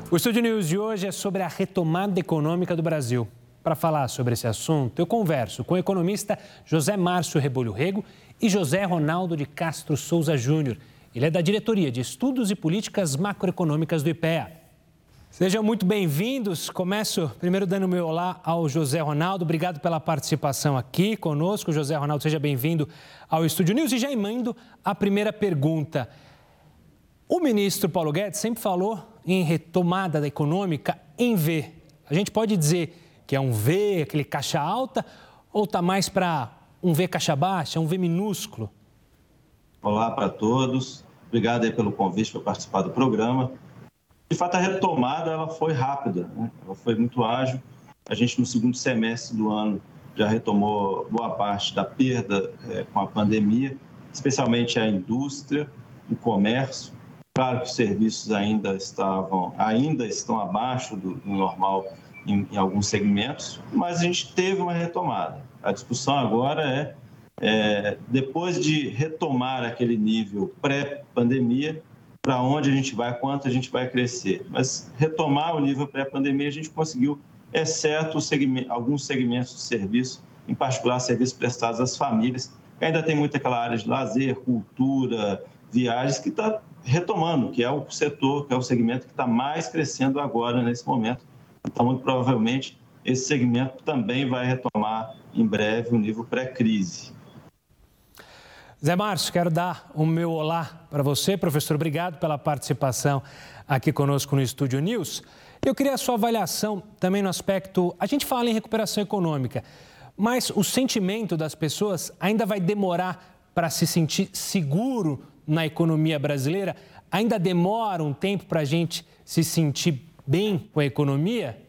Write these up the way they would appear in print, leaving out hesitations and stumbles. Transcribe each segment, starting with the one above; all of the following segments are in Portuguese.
O Estúdio News de hoje é sobre a retomada econômica do Brasil. Para falar sobre esse assunto, eu converso com o economista José Márcio Rebolho Rego e José Ronaldo de Castro Souza Júnior. Ele é da Diretoria de Estudos e Políticas Macroeconômicas do IPEA. Sejam muito bem-vindos. Começo primeiro dando meu olá ao José Ronaldo. Obrigado pela participação aqui conosco. José Ronaldo, seja bem-vindo ao Estúdio News. E já emendo a primeira pergunta. O ministro Paulo Guedes sempre falou em retomada da econômica em V. A gente pode dizer que é um V, aquele caixa alta, ou está mais para um V caixa baixa, um V minúsculo? Olá para todos. Obrigado aí pelo convite para participar do programa. De fato, a retomada ela foi rápida, né? Ela foi muito ágil. A gente, no segundo semestre do ano, já retomou boa parte da perda com a pandemia, especialmente a indústria, o comércio. Claro que os serviços ainda estão abaixo do normal em alguns segmentos, mas a gente teve uma retomada. A discussão agora depois de retomar aquele nível pré-pandemia, para onde a gente vai, quanto a gente vai crescer. Mas retomar o nível pré-pandemia a gente conseguiu, exceto alguns segmentos de serviço, em particular serviços prestados às famílias. Ainda tem muito aquela área de lazer, cultura, viagens, que está retomando, que é o setor, que é o segmento que está mais crescendo agora, nesse momento. Então, muito provavelmente, esse segmento também vai retomar em breve o nível pré-crise. Zé Márcio, quero dar o meu olá para você. Professor, obrigado pela participação aqui conosco no Estúdio News. Eu queria a sua avaliação também no aspecto... A gente fala em recuperação econômica, mas o sentimento das pessoas ainda vai demorar para se sentir seguro na economia brasileira? Ainda demora um tempo para a gente se sentir bem com a economia?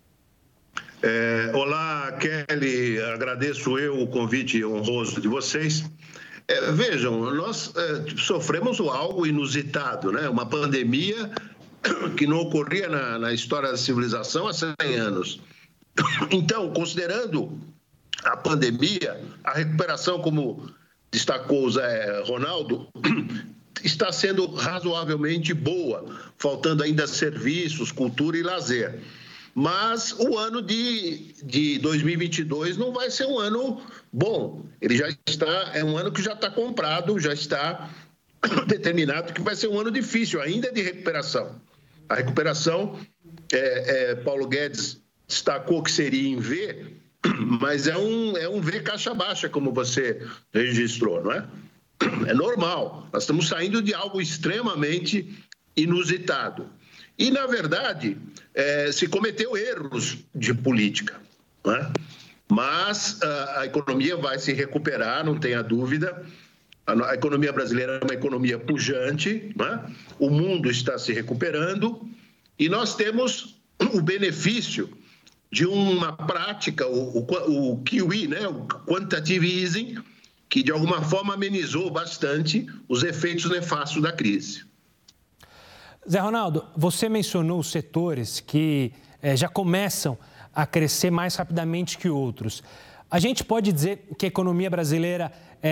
Olá, Kelly. Agradeço o convite honroso de vocês. Vejam, nós sofremos algo inusitado, né? Uma pandemia que não ocorria na história da civilização há 100 anos. Então, considerando a pandemia, a recuperação, como destacou o Zé Ronaldo, está sendo razoavelmente boa, faltando ainda serviços, cultura e lazer. Mas o ano de 2022 não vai ser um ano bom. Ele já está, é um ano que já está comprado, já está determinado que vai ser um ano difícil, ainda de recuperação. A recuperação, Paulo Guedes destacou que seria em V, mas é um V caixa baixa, como você registrou, não é? É normal. Nós estamos saindo de algo extremamente inusitado. E, na verdade, se cometeu erros de política, não é? Mas a economia vai se recuperar, não tenha dúvida. A economia brasileira é uma economia pujante, não é? O mundo está se recuperando e nós temos o benefício de uma prática, o QE, né? O Quantitative Easing, que de alguma forma amenizou bastante os efeitos nefastos da crise. Zé Ronaldo, você mencionou os setores que já começam a crescer mais rapidamente que outros. A gente pode dizer que a economia brasileira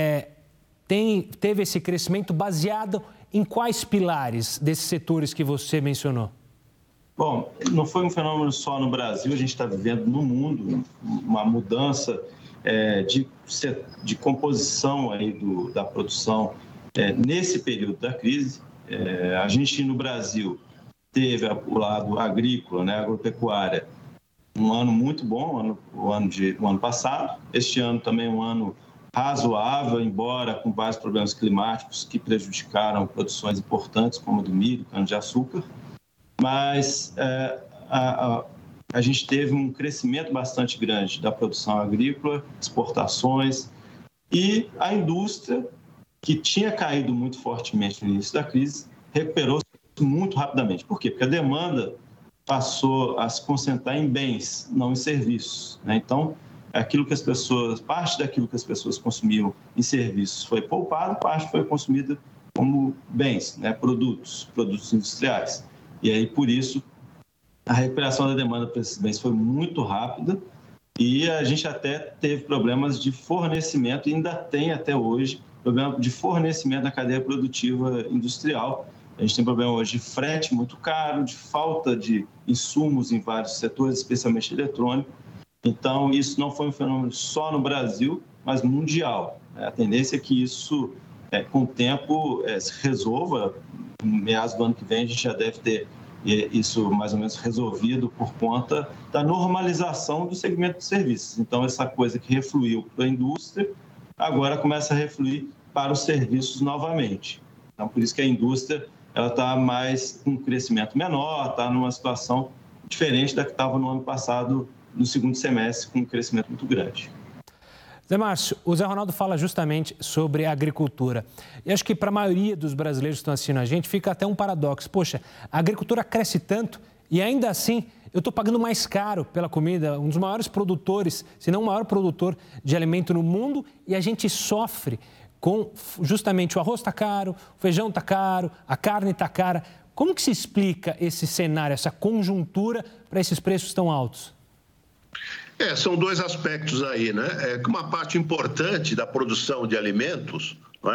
teve esse crescimento baseado em quais pilares desses setores que você mencionou? Bom, não foi um fenômeno só no Brasil, a gente está vivendo no mundo uma mudança de composição aí da produção nesse período da crise. A gente no Brasil teve o lado agrícola, né, agropecuária, um ano muito bom, o ano passado. Este ano também um ano razoável, embora com vários problemas climáticos que prejudicaram produções importantes, como a do milho, cana-de-açúcar. Mas a gente teve um crescimento bastante grande da produção agrícola, exportações, e a indústria, que tinha caído muito fortemente no início da crise, recuperou-se muito rapidamente. Por quê? Porque a demanda passou a se concentrar em bens, não em serviços, né? Então, parte daquilo que as pessoas consumiam em serviços foi poupado, parte foi consumida como bens, né? produtos industriais. E aí, por isso, a recuperação da demanda para esses bens foi muito rápida e a gente até teve problemas de fornecimento, e ainda tem até hoje, problema de fornecimento na cadeia produtiva industrial, A gente tem problema hoje de frete muito caro, de falta de insumos em vários setores, especialmente eletrônico. Então, isso não foi um fenômeno só no Brasil, mas mundial. A tendência é que isso, com o tempo, se resolva. Em meados do ano que vem, a gente já deve ter isso mais ou menos resolvido por conta da normalização do segmento de serviços. Então, essa coisa que refluiu para a indústria, agora começa a refluir para os serviços novamente. Então, por isso que a indústria está mais com um crescimento menor, está numa situação diferente da que estava no ano passado, no segundo semestre, com um crescimento muito grande. Zé Márcio, o Zé Ronaldo fala justamente sobre a agricultura. E acho que para a maioria dos brasileiros que estão assistindo a gente, fica até um paradoxo. Poxa, a agricultura cresce tanto e ainda assim eu estou pagando mais caro pela comida, um dos maiores produtores, se não o maior produtor de alimento no mundo, e a gente sofre com justamente o arroz está caro, o feijão está caro, a carne está cara. Como que se explica esse cenário, essa conjuntura para esses preços tão altos? São dois aspectos aí, né? Uma parte importante da produção de alimentos, não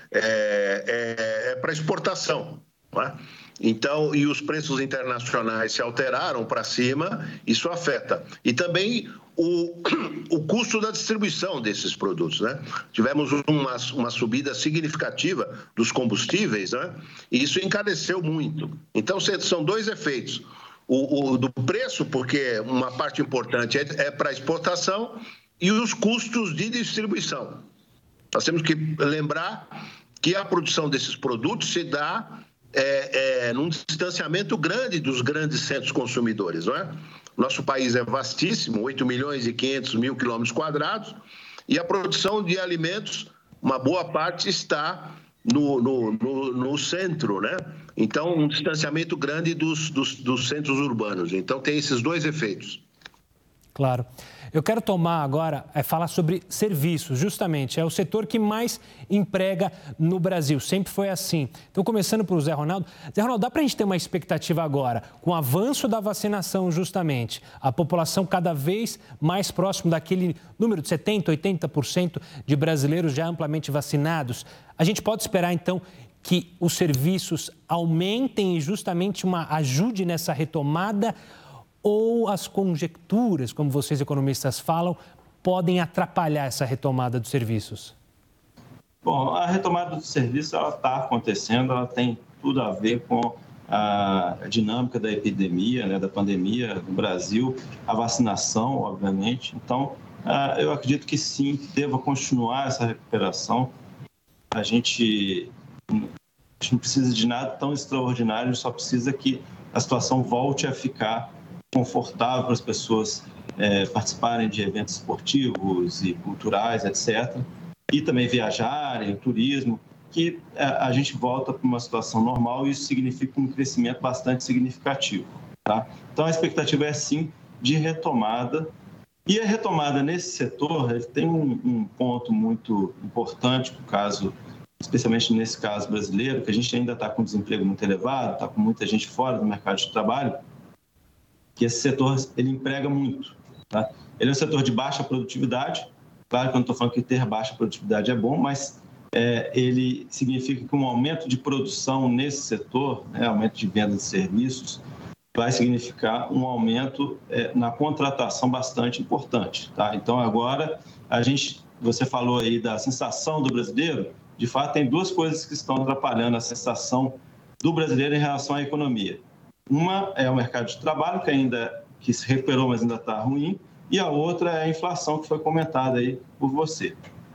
é para exportação, não é? Então, e os preços internacionais se alteraram para cima, isso afeta. E também o custo da distribuição desses produtos, né? Tivemos uma subida significativa dos combustíveis, né? E isso encareceu muito. Então, são dois efeitos. O do preço, porque uma parte importante é para exportação, e os custos de distribuição. Nós temos que lembrar que a produção desses produtos se dá num distanciamento grande dos grandes centros consumidores, não é? Nosso país é vastíssimo, 8.500.000 quilômetros quadrados, e a produção de alimentos, uma boa parte está no centro, né? Então, um distanciamento grande dos centros urbanos. Então, tem esses dois efeitos. Claro. Eu quero falar sobre serviços, justamente. É o setor que mais emprega no Brasil. Sempre foi assim. Então, começando por Zé Ronaldo. Zé Ronaldo, dá para a gente ter uma expectativa agora, com o avanço da vacinação, justamente, a população cada vez mais próximo daquele número de 70%, 80% de brasileiros já amplamente vacinados. A gente pode esperar, então, que os serviços aumentem e justamente ajude nessa retomada, ou as conjecturas, como vocês economistas falam, podem atrapalhar essa retomada dos serviços? Bom, a retomada dos serviços está acontecendo, ela tem tudo a ver com a dinâmica da epidemia, né, da pandemia no Brasil, a vacinação, obviamente. Então, eu acredito que sim, deva continuar essa recuperação. A gente não precisa de nada tão extraordinário, a gente só precisa que a situação volte a ficar confortável para as pessoas participarem de eventos esportivos e culturais, etc. E também viajarem, turismo, que a gente volta para uma situação normal e isso significa um crescimento bastante significativo. Tá? Então, a expectativa é, sim, de retomada. E a retomada nesse setor tem um ponto muito importante, no caso, especialmente nesse caso brasileiro, que a gente ainda está com desemprego muito elevado, está com muita gente fora do mercado de trabalho, que esse setor ele emprega muito. Tá? Ele é um setor de baixa produtividade. Claro que eu não estou falando que ter baixa produtividade é bom, mas ele significa que um aumento de produção nesse setor, né, aumento de venda de serviços, vai significar um aumento na contratação bastante importante. Tá? Então, agora, você falou aí da sensação do brasileiro, de fato, tem duas coisas que estão atrapalhando a sensação do brasileiro em relação à economia. Uma é o mercado de trabalho, que se recuperou, mas ainda está ruim, e a outra é a inflação, que foi comentada aí por você.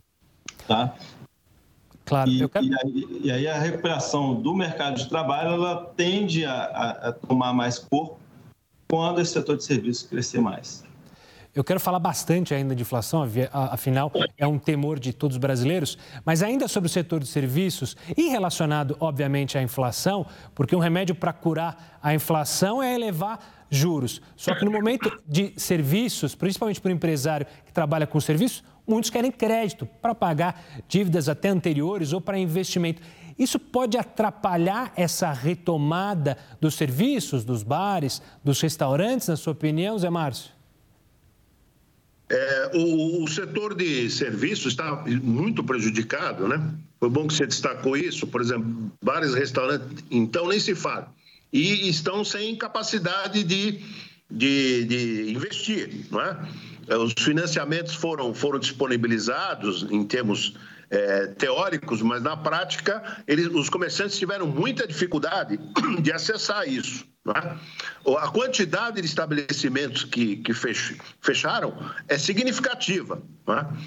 Tá? Claro. E aí a recuperação do mercado de trabalho, ela tende a tomar mais corpo quando esse setor de serviços crescer mais. Eu quero falar bastante ainda de inflação, afinal é um temor de todos os brasileiros, mas ainda sobre o setor de serviços e relacionado, obviamente, à inflação, porque um remédio para curar a inflação é elevar juros. Só que no momento de serviços, principalmente para o empresário que trabalha com serviços, muitos querem crédito para pagar dívidas até anteriores ou para investimento. Isso pode atrapalhar essa retomada dos serviços, dos bares, dos restaurantes, na sua opinião, Zé Márcio? O setor de serviços está muito prejudicado, né? Foi bom que você destacou isso. Por exemplo, vários restaurantes, então, nem se fala. E estão sem capacidade de investir, não é? Os financiamentos foram disponibilizados em termos teóricos, mas na prática os comerciantes tiveram muita dificuldade de acessar isso. Não é? A quantidade de estabelecimentos que fecharam é significativa. Não é?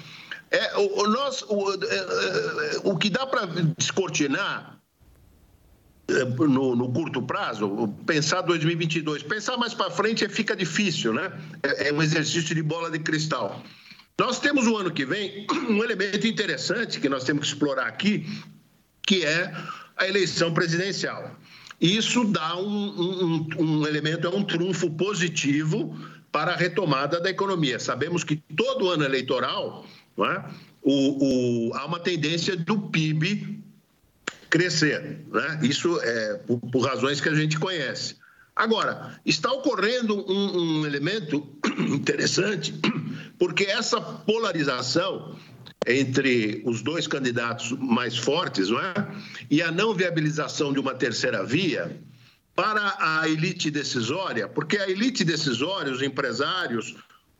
O que dá para descortinar no curto prazo, pensar 2022, pensar mais para frente fica difícil, né? É um exercício de bola de cristal. Nós temos o ano que vem um elemento interessante que nós temos que explorar aqui, que é a eleição presidencial. Isso dá um elemento, é um trunfo positivo para a retomada da economia. Sabemos que todo ano eleitoral, não é? Há uma tendência do PIB crescer, né? Isso é por razões que a gente conhece. Agora, está ocorrendo um elemento interessante, porque essa polarização entre os dois candidatos mais fortes, não é? E a não viabilização de uma terceira via para a elite decisória, porque a elite decisória, os empresários,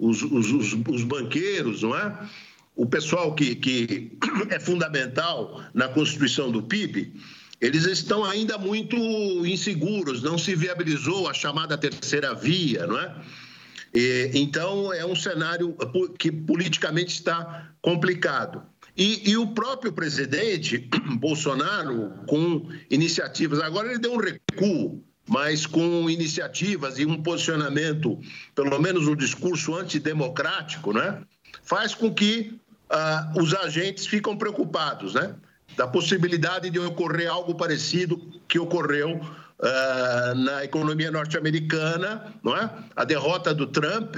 os banqueiros, não é? O pessoal que é fundamental na constituição do PIB, eles estão ainda muito inseguros, não se viabilizou a chamada terceira via, não é? Então, é um cenário que politicamente está complicado. E o próprio presidente Bolsonaro, com iniciativas, agora ele deu um recuo, mas com iniciativas e um posicionamento, pelo menos um discurso antidemocrático, né, faz com que os agentes ficam preocupados, né, da possibilidade de ocorrer algo parecido que ocorreu na economia norte-americana, não é? A derrota do Trump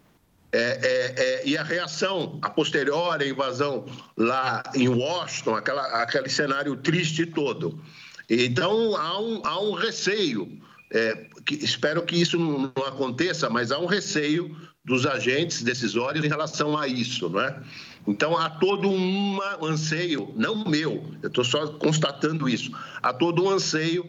e a reação a posteriori à invasão lá em Washington, aquele cenário triste todo. Então, há um receio, espero que isso não aconteça, mas há um receio dos agentes decisórios em relação a isso, não é? Então, há todo um anseio, não meu, eu estou só constatando isso, há todo um anseio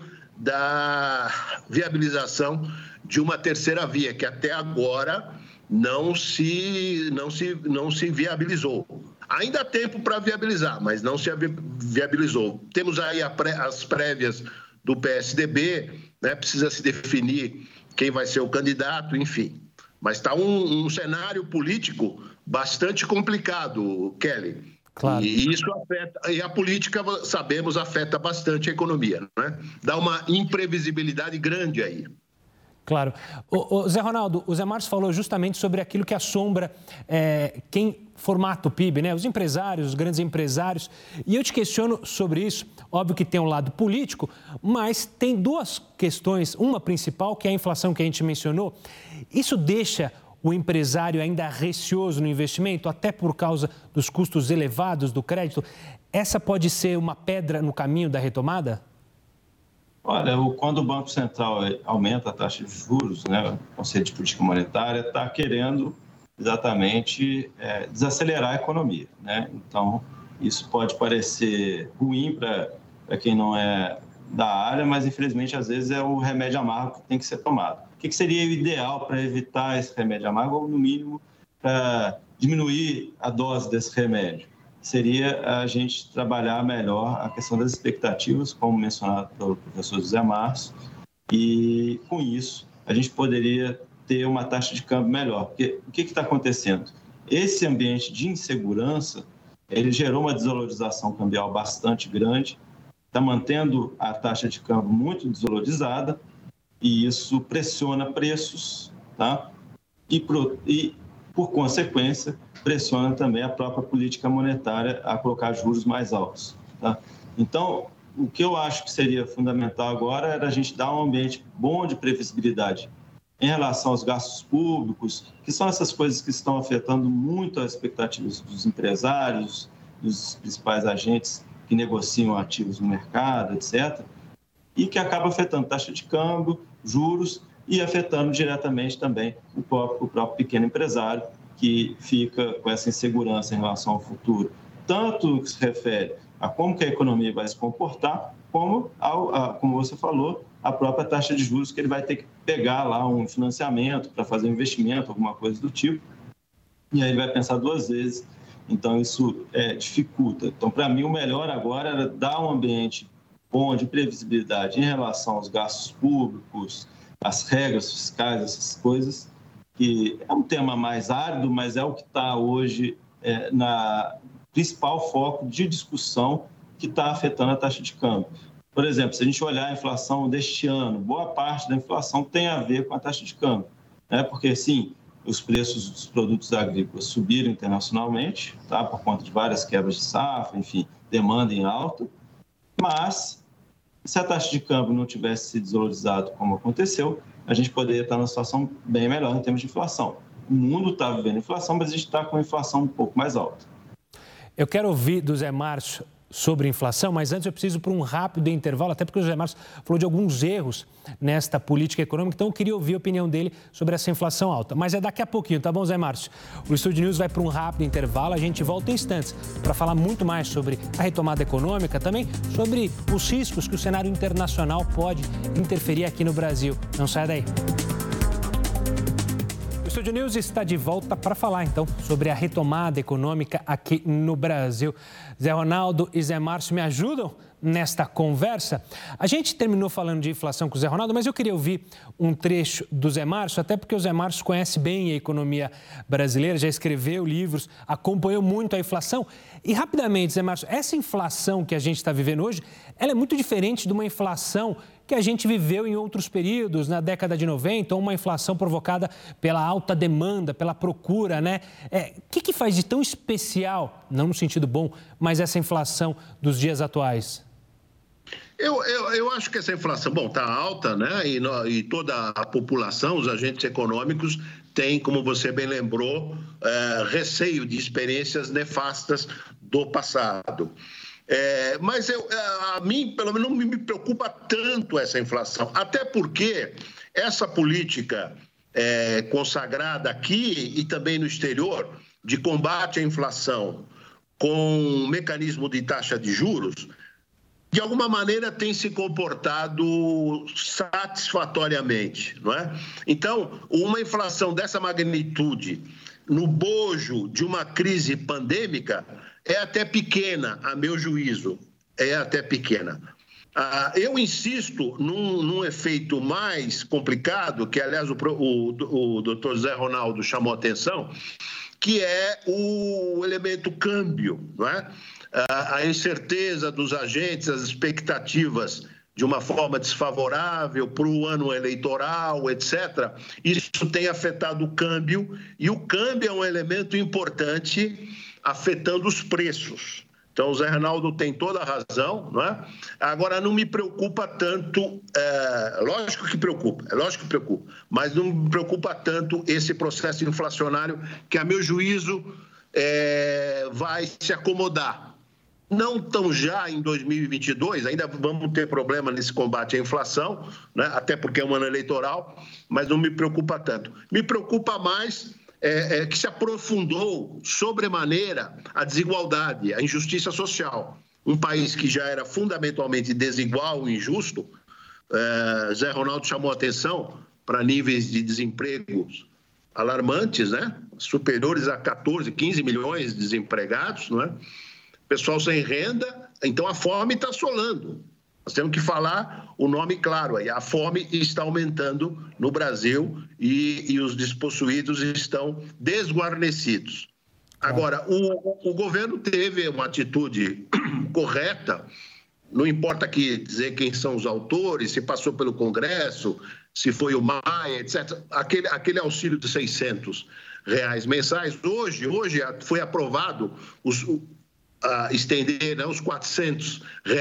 da viabilização de uma terceira via, que até agora não se viabilizou. Ainda há tempo para viabilizar, mas não se viabilizou. Temos aí as prévias do PSDB, né? Precisa se definir quem vai ser o candidato, enfim. Mas está um cenário político bastante complicado, Kelly. Claro. E isso afeta, e a política, sabemos, afeta bastante a economia, né? Dá uma imprevisibilidade grande aí. Claro. O Zé Ronaldo, o Zé Márcio falou justamente sobre aquilo que assombra quem formata o PIB, né? Os empresários, os grandes empresários. E eu te questiono sobre isso. Óbvio que tem um lado político, mas tem duas questões. Uma principal, que é a inflação que a gente mencionou. Isso deixa o empresário ainda receoso no investimento, até por causa dos custos elevados do crédito. Essa pode ser uma pedra no caminho da retomada? Olha, quando o Banco Central aumenta a taxa de juros, né, o Conselho de Política Monetária está querendo exatamente desacelerar a economia, né? Então, isso pode parecer ruim para quem não é da área, mas, infelizmente, às vezes é o remédio amargo que tem que ser tomado. O que seria o ideal para evitar esse remédio amargo, ou, no mínimo, para diminuir a dose desse remédio? Seria a gente trabalhar melhor a questão das expectativas, como mencionado pelo professor José Márcio, e, com isso, a gente poderia ter uma taxa de câmbio melhor. Porque o que está acontecendo? Esse ambiente de insegurança, ele gerou uma desvalorização cambial bastante grande, está mantendo a taxa de câmbio muito desvalorizada, e isso pressiona preços, tá? E por consequência, pressiona também a própria política monetária a colocar juros mais altos, tá? Então, o que eu acho que seria fundamental agora era a gente dar um ambiente bom de previsibilidade em relação aos gastos públicos, que são essas coisas que estão afetando muito as expectativas dos empresários, dos principais agentes que negociam ativos no mercado, etc., e que acaba afetando taxa de câmbio, juros e afetando diretamente também o próprio pequeno empresário, que fica com essa insegurança em relação ao futuro, tanto no que se refere a como que a economia vai se comportar, como, como você falou, a própria taxa de juros, que ele vai ter que pegar lá um financiamento para fazer um investimento, alguma coisa do tipo, e aí ele vai pensar duas vezes. Então, isso dificulta. Então, para mim, o melhor agora era dar um ambiente bom de previsibilidade em relação aos gastos públicos, às regras fiscais, essas coisas, que é um tema mais árido, mas é o que está hoje na principal foco de discussão que está afetando a taxa de câmbio. Por exemplo, se a gente olhar a inflação deste ano, boa parte da inflação tem a ver com a taxa de câmbio, né? Porque, sim, os preços dos produtos agrícolas subiram internacionalmente, tá? Por conta de várias quebras de safra, enfim, demanda em alta, mas se a taxa de câmbio não tivesse se desvalorizado como aconteceu, a gente poderia estar numa situação bem melhor em termos de inflação. O mundo está vivendo inflação, mas a gente está com a inflação um pouco mais alta. Eu quero ouvir do Zé Márcio sobre inflação, mas antes eu preciso para um rápido intervalo, até porque o José Márcio falou de alguns erros nesta política econômica, então eu queria ouvir a opinião dele sobre essa inflação alta. Mas é daqui a pouquinho, tá bom, Zé Márcio? O Estúdio News vai para um rápido intervalo, a gente volta em instantes para falar muito mais sobre a retomada econômica, também sobre os riscos que o cenário internacional pode interferir aqui no Brasil. Não saia daí. O Estúdio News está de volta para falar, então, sobre a retomada econômica aqui no Brasil. Zé Ronaldo e Zé Márcio me ajudam nesta conversa. A gente terminou falando de inflação com o Zé Ronaldo, mas eu queria ouvir um trecho do Zé Márcio, até porque o Zé Márcio conhece bem a economia brasileira, já escreveu livros, acompanhou muito a inflação. E rapidamente, Zé Márcio, essa inflação que a gente está vivendo hoje, ela é muito diferente de uma inflação que a gente viveu em outros períodos, na década de 90, uma inflação provocada pela alta demanda, pela procura, né? O que faz de tão especial, não no sentido bom, mas essa inflação dos dias atuais? Eu acho que essa inflação, está alta, né? E toda a população, os agentes econômicos, têm, como você bem lembrou, receio de experiências nefastas do passado. Mas a mim, pelo menos, não me preocupa tanto essa inflação, até porque essa política consagrada aqui e também no exterior de combate à inflação com um mecanismo de taxa de juros, de alguma maneira tem se comportado satisfatoriamente, não é? Então, uma inflação dessa magnitude no bojo de uma crise pandêmica é até pequena, a meu juízo, é até pequena. Eu insisto num efeito mais complicado, que, aliás, o doutor Zé Ronaldo chamou a atenção, que é o elemento câmbio, não é? A incerteza dos agentes, as expectativas de uma forma desfavorável para o ano eleitoral, etc. Isso tem afetado o câmbio, e o câmbio é um elemento importante afetando os preços. Então, o Zé Ronaldo tem toda a razão, não é? Agora, não me preocupa tanto, lógico que preocupa, mas não me preocupa tanto esse processo inflacionário que, a meu juízo, vai se acomodar. Não tão já em 2022, ainda vamos ter problema nesse combate à inflação, né? Até porque é um ano eleitoral, mas não me preocupa tanto. Me preocupa mais que se aprofundou sobremaneira a desigualdade, a injustiça social. Um país que já era fundamentalmente desigual e injusto, Zé Ronaldo chamou a atenção para níveis de desemprego alarmantes, né? Superiores a 14, 15 milhões de desempregados, não é? Pessoal sem renda, então a fome está assolando. Nós temos que falar o nome claro aí. A fome está aumentando no Brasil e os despossuídos estão desguarnecidos. Agora, o governo teve uma atitude correta, não importa aqui dizer quem são os autores, se passou pelo Congresso, se foi o Maia, etc. Aquele auxílio de R$600 mensais, hoje foi aprovado estender, né, os R$400,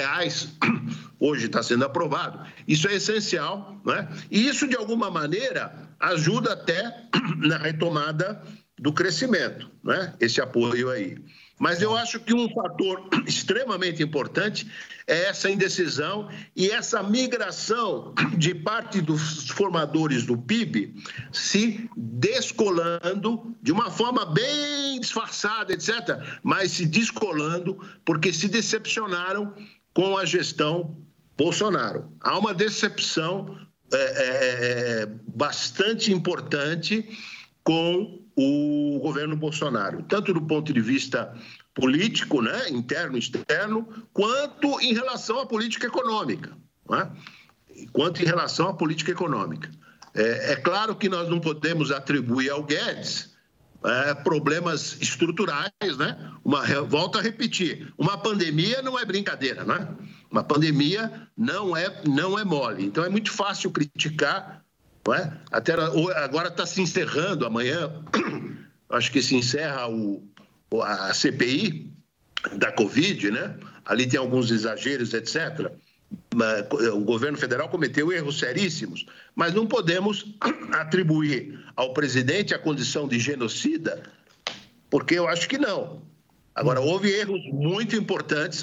hoje está sendo aprovado. Isso é essencial, né? E isso, de alguma maneira, ajuda até na retomada do crescimento, né? Esse apoio aí. Mas eu acho que um fator extremamente importante é essa indecisão e essa migração de parte dos formadores do PIB se descolando de uma forma bem disfarçada, etc., mas se descolando porque se decepcionaram com a gestão Bolsonaro. Há uma decepção bastante importante com o governo Bolsonaro, tanto do ponto de vista político, né, interno e externo, quanto em relação à política econômica. Né? É claro que nós não podemos atribuir ao Guedes problemas estruturais, né? Volto a repetir, uma pandemia não é brincadeira, né? Uma pandemia não é mole. Então é muito fácil criticar. Até agora está se encerrando, amanhã acho que se encerra a CPI da Covid, né? Ali tem alguns exageros, etc. O governo federal cometeu erros seríssimos, mas não podemos atribuir ao presidente a condição de genocida, porque eu acho que não. Agora, houve erros muito importantes,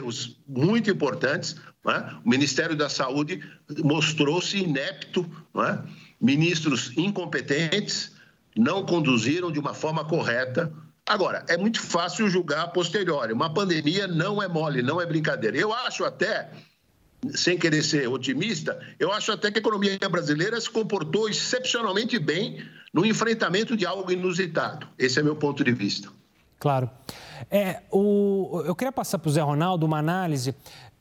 né? O Ministério da Saúde mostrou-se inepto, né? Ministros incompetentes não conduziram de uma forma correta. Agora, é muito fácil julgar a posteriori. Uma pandemia não é mole, não é brincadeira. Eu acho até, sem querer ser otimista, eu acho até que a economia brasileira se comportou excepcionalmente bem no enfrentamento de algo inusitado. Esse é meu ponto de vista. Claro. Eu queria passar para o Zé Ronaldo uma análise.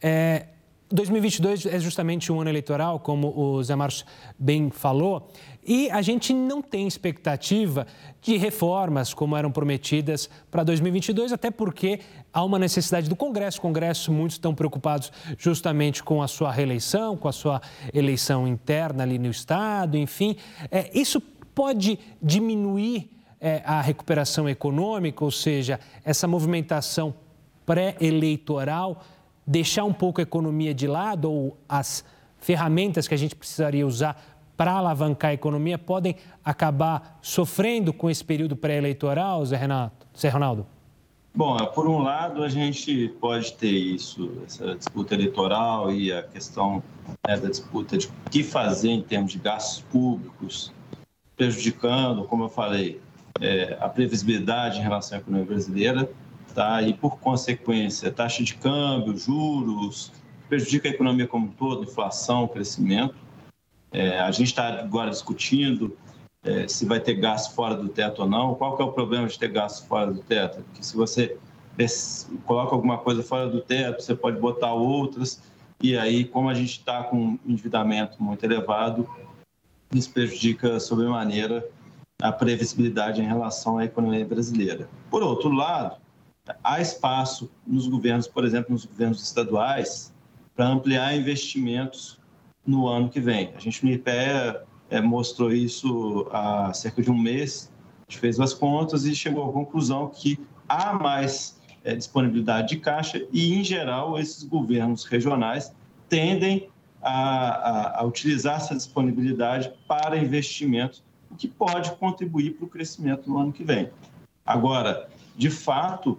2022 é justamente um ano eleitoral, como o Zé Márcio bem falou, e a gente não tem expectativa de reformas como eram prometidas para 2022, até porque há uma necessidade do Congresso. O Congresso, muitos estão preocupados justamente com a sua reeleição, com a sua eleição interna ali no Estado, enfim. Isso pode diminuir a recuperação econômica, ou seja, essa movimentação pré-eleitoral, deixar um pouco a economia de lado, ou as ferramentas que a gente precisaria usar para alavancar a economia podem acabar sofrendo com esse período pré-eleitoral, Zé Ronaldo? Bom, por um lado, a gente pode ter isso, essa disputa eleitoral e a questão da disputa de o que fazer em termos de gastos públicos, prejudicando, como eu falei, a previsibilidade em relação à economia brasileira, tá? E, por consequência, taxa de câmbio, juros, prejudica a economia como um todo, inflação, crescimento. A gente está agora discutindo se vai ter gasto fora do teto ou não. Qual que é o problema de ter gasto fora do teto? Porque se você coloca alguma coisa fora do teto, você pode botar outras, e aí, como a gente está com um endividamento muito elevado, isso prejudica sobremaneira a previsibilidade em relação à economia brasileira. Por outro lado, há espaço nos governos, por exemplo, nos governos estaduais, para ampliar investimentos no ano que vem. A gente no IPEA mostrou isso há cerca de um mês, a gente fez as contas e chegou à conclusão que há mais disponibilidade de caixa e, em geral, esses governos regionais tendem a utilizar essa disponibilidade para investimentos, o que pode contribuir para o crescimento no ano que vem. Agora, de fato,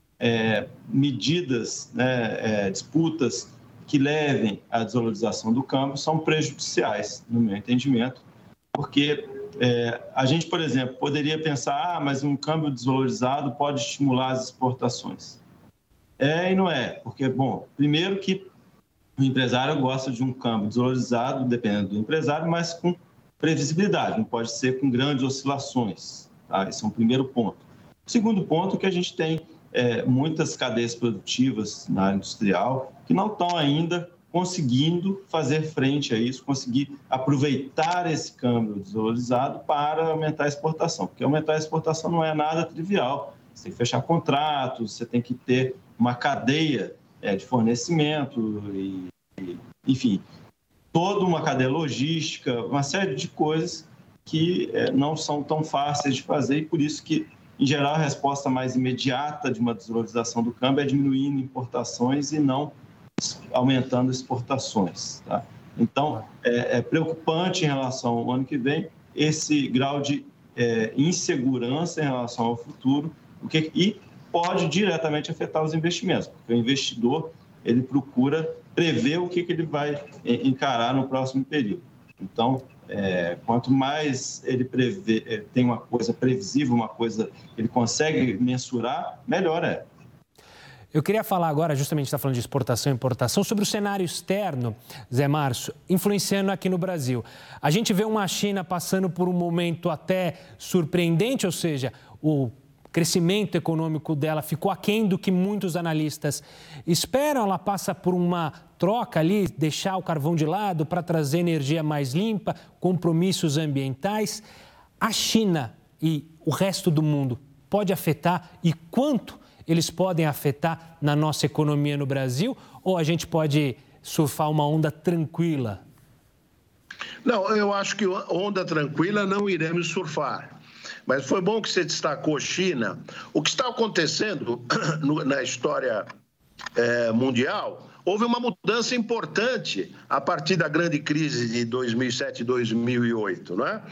medidas, disputas que levem à desvalorização do câmbio são prejudiciais, no meu entendimento, porque a gente, por exemplo, poderia pensar, mas um câmbio desvalorizado pode estimular as exportações. E não é, porque, bom, primeiro que o empresário gosta de um câmbio desvalorizado, dependendo do empresário, mas com previsibilidade, não pode ser com grandes oscilações. Tá? Esse é um primeiro ponto. O segundo ponto é que a gente tem muitas cadeias produtivas na área industrial que não estão ainda conseguindo fazer frente a isso, conseguir aproveitar esse câmbio desvalorizado para aumentar a exportação, porque aumentar a exportação não é nada trivial. Você tem que fechar contratos, você tem que ter uma cadeia de fornecimento, enfim, toda uma cadeia logística, uma série de coisas que não são tão fáceis de fazer e por isso que, em geral, a resposta mais imediata de uma desvalorização do câmbio é diminuindo importações e não aumentando exportações. Tá? Então, é preocupante em relação ao ano que vem esse grau de insegurança em relação ao futuro, e pode diretamente afetar os investimentos, porque o investidor ele procura prever o que ele vai encarar no próximo período. Então, quanto mais ele tem uma coisa previsível, uma coisa que ele consegue mensurar, melhor é. Eu queria falar agora, justamente está falando de exportação e importação, sobre o cenário externo, Zé Márcio, influenciando aqui no Brasil. A gente vê uma China passando por um momento até surpreendente, ou seja, o crescimento econômico dela ficou aquém do que muitos analistas esperam. Ela passa por uma troca ali, deixar o carvão de lado para trazer energia mais limpa, compromissos ambientais. A China e o resto do mundo pode afetar e quanto eles podem afetar na nossa economia no Brasil? Ou a gente pode surfar uma onda tranquila? Não, eu acho que onda tranquila não iremos surfar. Mas foi bom que você destacou China. O que está acontecendo na história mundial, houve uma mudança importante a partir da grande crise de 2007 e 2008. Não é?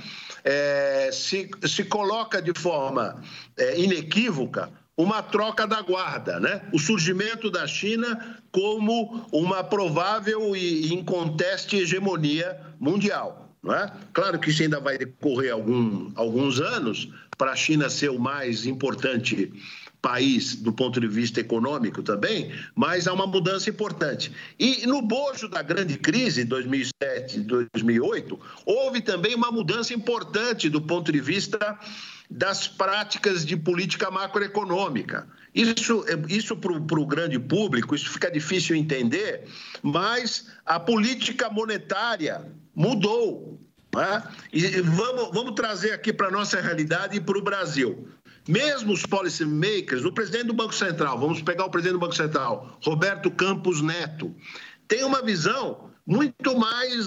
Se coloca de forma inequívoca uma troca da guarda, né? O surgimento da China como uma provável e inconteste hegemonia mundial. Não é? Claro que isso ainda vai decorrer alguns anos para a China ser o mais importante país do ponto de vista econômico também, mas há uma mudança importante. E no bojo da grande crise, 2007 e 2008, houve também uma mudança importante do ponto de vista das práticas de política macroeconômica. Isso para o grande público, isso fica difícil entender, mas a política monetária mudou. Né? E vamos trazer aqui para a nossa realidade e para o Brasil. Mesmo os policy makers, o presidente do Banco Central, vamos pegar o presidente do Banco Central, Roberto Campos Neto, tem uma visão muito mais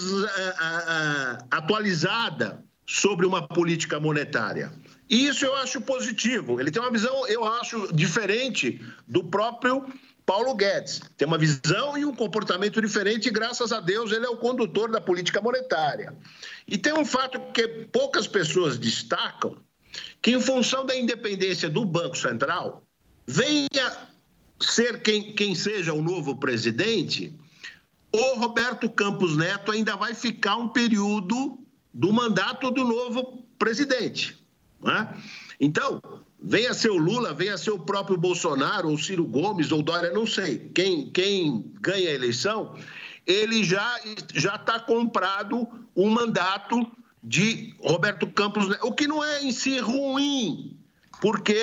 atualizada sobre uma política monetária. E isso eu acho positivo. Ele tem uma visão, eu acho, diferente do próprio Paulo Guedes. Tem uma visão e um comportamento diferente e, graças a Deus, ele é o condutor da política monetária. E tem um fato que poucas pessoas destacam, que em função da independência do Banco Central, venha ser quem seja o novo presidente, o Roberto Campos Neto ainda vai ficar um período do mandato do novo presidente. Né? Então, venha ser o Lula, venha ser o próprio Bolsonaro, ou Ciro Gomes, ou Dória, não sei. Quem ganha a eleição, ele já está comprado um mandato de Roberto Campos Neto, o que não é em si ruim, porque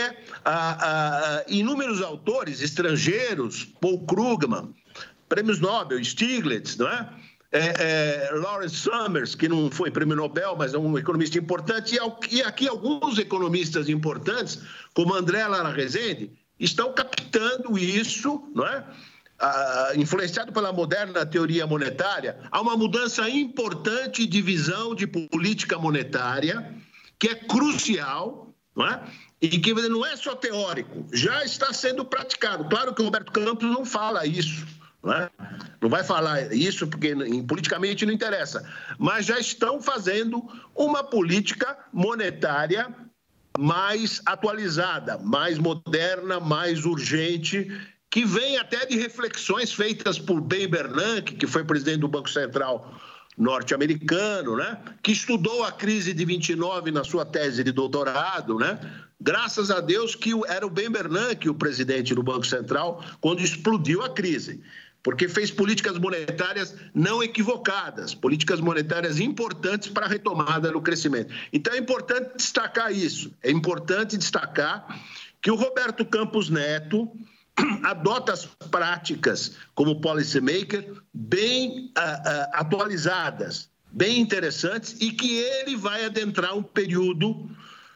inúmeros autores estrangeiros, Paul Krugman, prêmios Nobel, Stiglitz, não é? Lawrence Summers, que não foi prêmio Nobel, mas é um economista importante, e aqui alguns economistas importantes, como André Lara Rezende, estão captando isso, não é? Influenciado pela moderna teoria monetária, há uma mudança importante de visão de política monetária, que é crucial, não é? E que não é só teórico, já está sendo praticado. Claro que o Roberto Campos não fala isso. Não vai falar isso porque politicamente não interessa, mas já estão fazendo uma política monetária mais atualizada, mais moderna, mais urgente, que vem até de reflexões feitas por Ben Bernanke, que foi presidente do Banco Central norte-americano, né? Que estudou a crise de 29 na sua tese de doutorado, né? Graças a Deus que era o Ben Bernanke o presidente do Banco Central quando explodiu a crise, porque fez políticas monetárias não equivocadas, políticas monetárias importantes para a retomada no crescimento. Então é importante destacar isso, é importante destacar que o Roberto Campos Neto adota as práticas como policymaker bem atualizadas, bem interessantes, e que ele vai adentrar um período,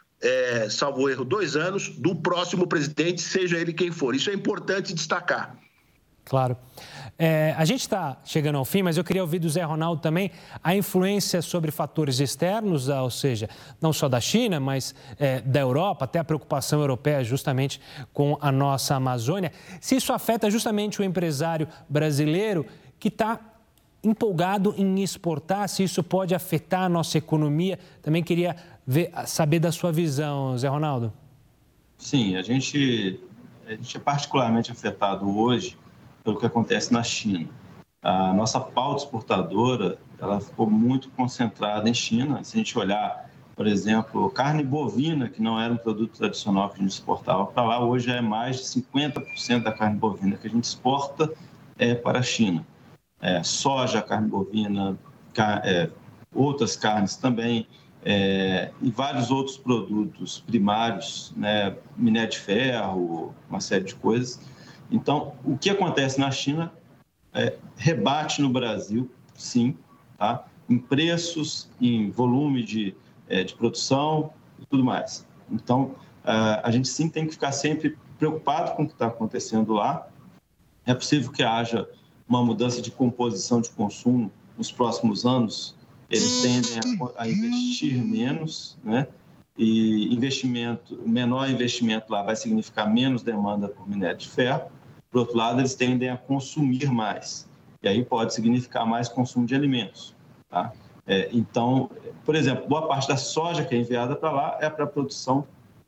salvo erro, 2 anos, do próximo presidente, seja ele quem for. Isso é importante destacar. Claro. A gente está chegando ao fim, mas eu queria ouvir do Zé Ronaldo também a influência sobre fatores externos, ou seja, não só da China, mas da Europa, até a preocupação europeia justamente com a nossa Amazônia. Se isso afeta justamente o empresário brasileiro que está empolgado em exportar, se isso pode afetar a nossa economia. Também queria saber da sua visão, Zé Ronaldo. Sim, a gente a gente é particularmente afetado hoje pelo que acontece na China. A nossa pauta exportadora, ela ficou muito concentrada em China. Se a gente olhar, por exemplo, carne bovina, que não era um produto tradicional que a gente exportava para lá, hoje é mais de 50% da carne bovina que a gente exporta para a China. Soja, carne bovina, outras carnes também, e vários outros produtos primários, né, minério de ferro, uma série de coisas. Então, o que acontece na China rebate no Brasil, sim, tá? Em preços, em volume de produção e tudo mais. Então, a gente sim tem que ficar sempre preocupado com o que está acontecendo lá. É possível que haja uma mudança de composição de consumo nos próximos anos. Eles tendem a investir menos, né? E menor investimento lá vai significar menos demanda por minério de ferro. Por outro lado, eles tendem a consumir mais, e aí pode significar mais consumo de alimentos, tá? Então, por exemplo, boa parte da soja que é enviada para lá é para produção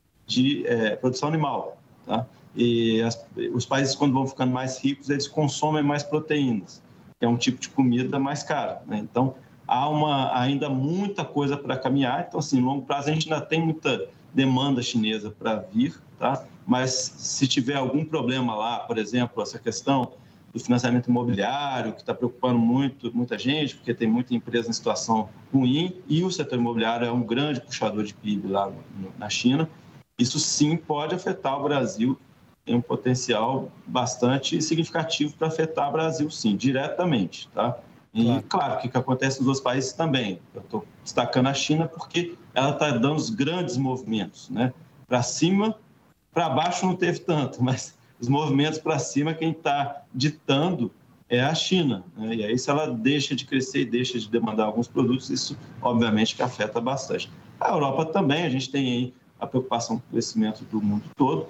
animal, tá? E os países, quando vão ficando mais ricos, eles consomem mais proteínas, que é um tipo de comida mais cara, né? Então, há ainda muita coisa para caminhar. Então, assim, no longo prazo, a gente ainda tem muita demanda chinesa para vir, tá? Mas se tiver algum problema lá, por exemplo, essa questão do financiamento imobiliário, que está preocupando muita gente, porque tem muita empresa em situação ruim, e o setor imobiliário é um grande puxador de PIB lá na China, isso sim pode afetar o Brasil, tem um potencial bastante significativo para afetar o Brasil, sim, diretamente, tá? E, claro, o que acontece nos outros países também. Eu estou destacando a China porque ela está dando os grandes movimentos, né? Para cima, para baixo não teve tanto, mas os movimentos para cima, quem está ditando é a China, né? E aí, se ela deixa de crescer e deixa de demandar alguns produtos, isso, obviamente, que afeta bastante. A Europa também, a gente tem aí a preocupação com o crescimento do mundo todo,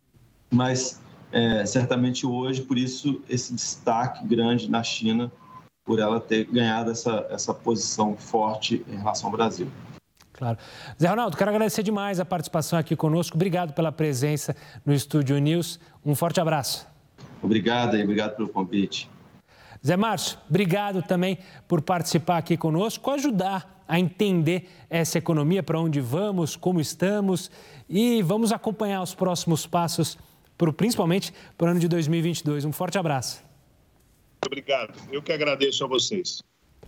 mas certamente hoje, por isso, esse destaque grande na China, por ela ter ganhado essa posição forte em relação ao Brasil. Claro. Zé Ronaldo, quero agradecer demais a participação aqui conosco. Obrigado pela presença no Estúdio News. Um forte abraço. Obrigado pelo convite. Zé Márcio, obrigado também por participar aqui conosco, ajudar a entender essa economia, para onde vamos, como estamos, e vamos acompanhar os próximos passos, principalmente para o ano de 2022. Um forte abraço. Obrigado. Eu que agradeço a vocês.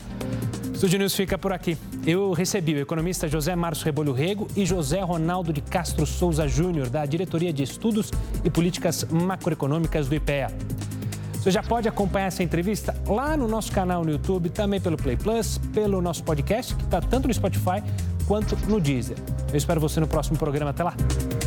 O Estúdio News fica por aqui. Eu recebi o economista José Márcio Rebolo Rego e José Ronaldo de Castro Souza Júnior, da Diretoria de Estudos e Políticas Macroeconômicas do IPEA. Você já pode acompanhar essa entrevista lá no nosso canal no YouTube, também pelo Play Plus, pelo nosso podcast, que está tanto no Spotify quanto no Deezer. Eu espero você no próximo programa. Até lá!